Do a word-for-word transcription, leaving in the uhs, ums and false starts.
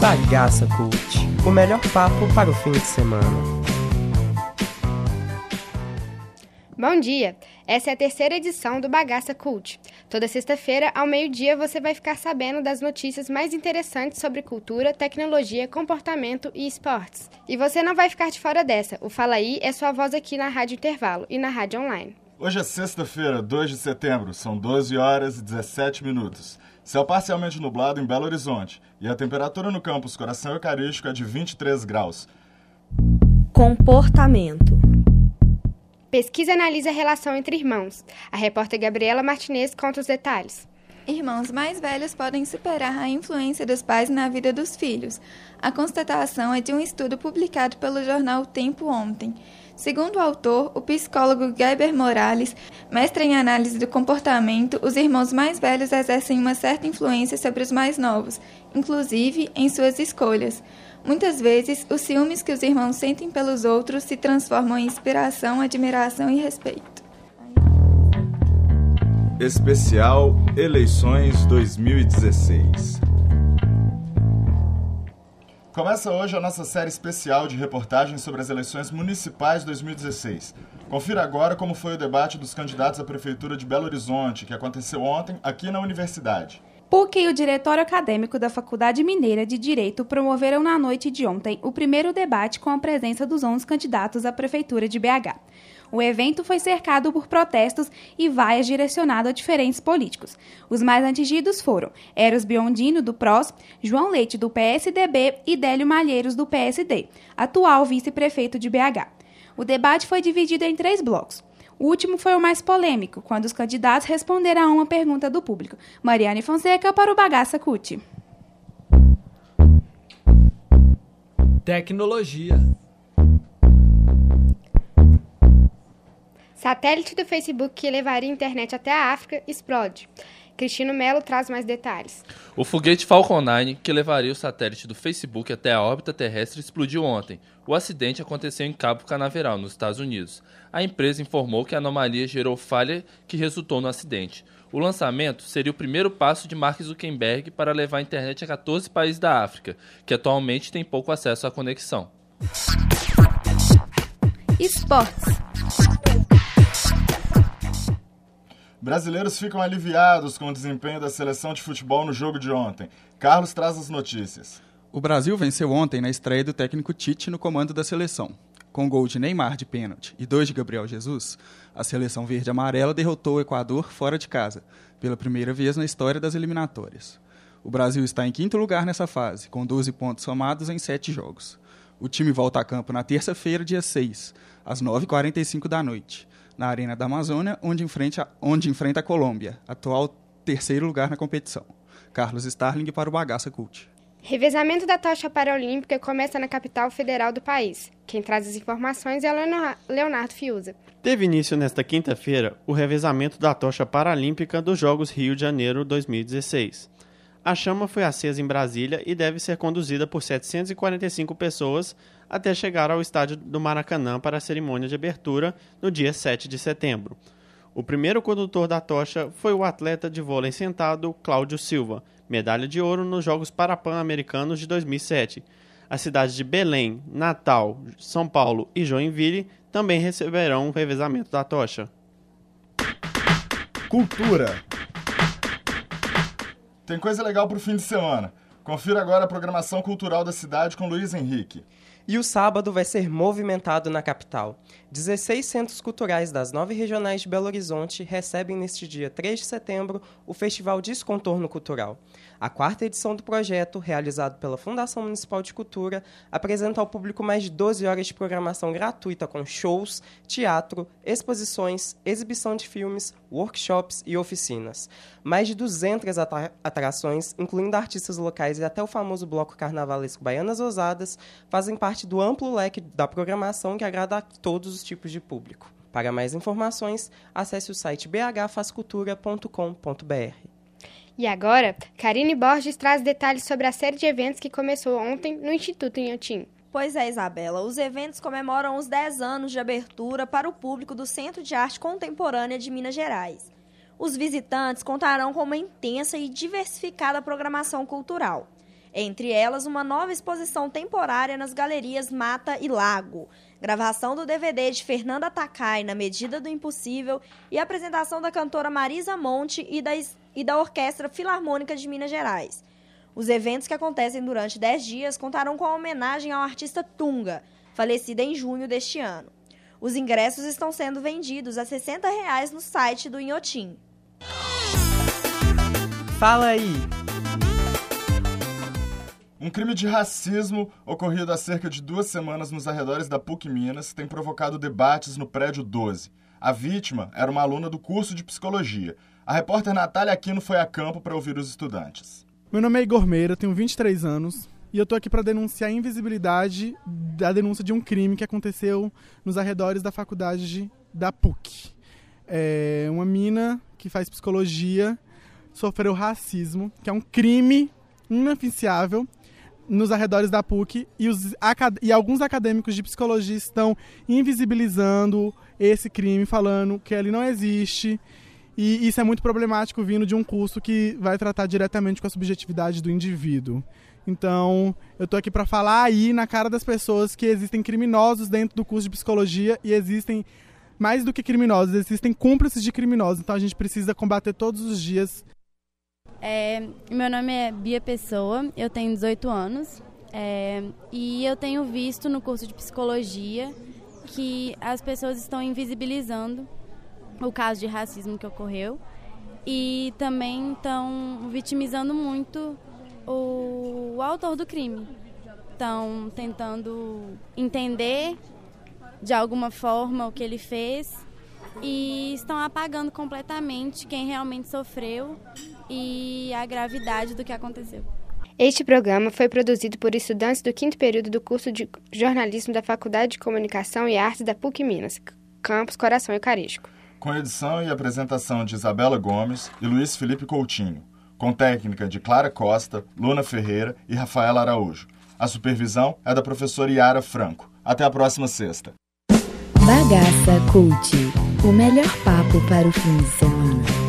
Bagaça Cult, o melhor papo para o fim de semana. Bom dia! Essa é a terceira edição do Bagaça Cult. Toda sexta-feira, ao meio-dia, você vai ficar sabendo das notícias mais interessantes sobre cultura, tecnologia, comportamento e esportes. E você não vai ficar de fora dessa. O Fala Aí é sua voz aqui na Rádio Intervalo e na Rádio Online. Hoje é sexta-feira, dois de setembro, são doze horas e dezessete minutos. Céu parcialmente nublado em Belo Horizonte e a temperatura no campus Coração Eucarístico é de vinte e três graus. Comportamento. Pesquisa analisa a relação entre irmãos. A repórter Gabriela Martinez conta os detalhes. Irmãos mais velhos podem superar a influência dos pais na vida dos filhos. A constatação é de um estudo publicado pelo jornal O Tempo ontem. Segundo o autor, o psicólogo Gueber Morales, mestre em análise do comportamento, os irmãos mais velhos exercem uma certa influência sobre os mais novos, inclusive em suas escolhas. Muitas vezes, os ciúmes que os irmãos sentem pelos outros se transformam em inspiração, admiração e respeito. Especial Eleições dois mil e dezesseis. Começa hoje a nossa série especial de reportagens sobre as eleições municipais dois mil e dezesseis. Confira agora como foi o debate dos candidatos à Prefeitura de Belo Horizonte, que aconteceu ontem aqui na Universidade. P U C e o Diretório Acadêmico da Faculdade Mineira de Direito promoveram na noite de ontem o primeiro debate com a presença dos onze candidatos à Prefeitura de B H. O evento foi cercado por protestos e vaias direcionado a diferentes políticos. Os mais atingidos foram Eros Biondino, do P R O S, João Leite, do P S D B e Délio Malheiros, do P S D, atual vice-prefeito de B H. O debate foi dividido em três blocos. O último foi o mais polêmico, quando os candidatos responderam a uma pergunta do público. Mariane Fonseca para o Bagaça Cult. Tecnologia. Satélite do Facebook que levaria a internet até a África explode. Cristino Melo traz mais detalhes. O foguete Falcon nove, que levaria o satélite do Facebook até a órbita terrestre, explodiu ontem. O acidente aconteceu em Cabo Canaveral, nos Estados Unidos. A empresa informou que a anomalia gerou falha que resultou no acidente. O lançamento seria o primeiro passo de Mark Zuckerberg para levar a internet a catorze países da África, que atualmente têm pouco acesso à conexão. Esportes. Brasileiros ficam aliviados com o desempenho da seleção de futebol no jogo de ontem. Carlos traz as notícias. O Brasil venceu ontem na estreia do técnico Tite no comando da seleção. Com gol de Neymar de pênalti e dois de Gabriel Jesus, a seleção verde-amarela derrotou o Equador fora de casa, pela primeira vez na história das eliminatórias. O Brasil está em quinto lugar nessa fase, com doze pontos somados em sete jogos. O time volta a campo na terça-feira, dia seis, às nove e quarenta e cinco da noite, na Arena da Amazônia, onde enfrenta, onde enfrenta a Colômbia, atual terceiro lugar na competição. Carlos Starling para o Bagaça Cult. Revezamento da tocha paralímpica começa na capital federal do país. Quem traz as informações é o Leonardo Fiuza. Teve início nesta quinta-feira o revezamento da tocha paralímpica dos Jogos Rio de Janeiro dois mil e dezesseis. A chama foi acesa em Brasília e deve ser conduzida por setecentas e quarenta e cinco pessoas até chegar ao estádio do Maracanã para a cerimônia de abertura no dia sete de setembro. O primeiro condutor da tocha foi o atleta de vôlei sentado Cláudio Silva, medalha de ouro nos Jogos Parapan-Americanos de dois mil e sete. As cidades de Belém, Natal, São Paulo e Joinville também receberão o revezamento da tocha. Cultura. Tem coisa legal para o fim de semana. Confira agora a programação cultural da cidade com Luiz Henrique. E o sábado vai ser movimentado na capital. dezesseis centros culturais das nove regionais de Belo Horizonte recebem neste dia três de setembro o Festival Descontorno Cultural. A quarta edição do projeto, realizado pela Fundação Municipal de Cultura, apresenta ao público mais de doze horas de programação gratuita com shows, teatro, exposições, exibição de filmes, workshops e oficinas. Mais de duzentas atra- atrações, incluindo artistas locais e até o famoso bloco carnavalesco Baianas Ousadas, fazem parte do amplo leque da programação que agrada a todos os tipos de público. Para mais informações, acesse o site b h faz cultura ponto com ponto b r. E agora, Karine Borges traz detalhes sobre a série de eventos que começou ontem no Instituto Inhotim. Pois é, Isabela, os eventos comemoram os dez anos de abertura para o público do Centro de Arte Contemporânea de Minas Gerais. Os visitantes contarão com uma intensa e diversificada programação cultural. Entre elas, uma nova exposição temporária nas galerias Mata e Lago, gravação do D V D de Fernanda Takai, Na Medida do Impossível, e a apresentação da cantora Marisa Monte e da, e da Orquestra Filarmônica de Minas Gerais. Os eventos, que acontecem durante dez dias, contarão com a homenagem ao artista Tunga, falecida em junho deste ano. Os ingressos estão sendo vendidos a sessenta reais no site do Inhotim. Fala aí! Um crime de racismo ocorrido há cerca de duas semanas nos arredores da PUC Minas tem provocado debates no prédio doze. A vítima era uma aluna do curso de psicologia. A repórter Natália Aquino foi a campo para ouvir os estudantes. Meu nome é Igor Meira, tenho vinte e três anos e eu tô aqui para denunciar a invisibilidade da denúncia de um crime que aconteceu nos arredores da faculdade de, da PUC. É uma mina que faz psicologia sofreu racismo, que é um crime inafiançável nos arredores da PUC, e, os, e alguns acadêmicos de psicologia estão invisibilizando esse crime, falando que ele não existe, e isso é muito problemático vindo de um curso que vai tratar diretamente com a subjetividade do indivíduo. Então, eu estou aqui para falar aí na cara das pessoas que existem criminosos dentro do curso de psicologia, e existem, mais do que criminosos, existem cúmplices de criminosos, então a gente precisa combater todos os dias. É, meu nome é Bia Pessoa, eu tenho dezoito anos é, e eu tenho visto no curso de psicologia que as pessoas estão invisibilizando o caso de racismo que ocorreu e também estão vitimizando muito o, o autor do crime. Estão tentando entender de alguma forma o que ele fez e estão apagando completamente quem realmente sofreu e a gravidade do que aconteceu. Este programa foi produzido por estudantes do quinto período do curso de jornalismo da Faculdade de Comunicação e Artes da PUC Minas, campus Coração Eucarístico. Com edição e apresentação de Isabela Gomes e Luiz Felipe Coutinho, com técnica de Clara Costa, Luna Ferreira e Rafaela Araújo. A supervisão é da professora Yara Franco. Até a próxima sexta. Bagaça Cult, o melhor papo para o fim de semana.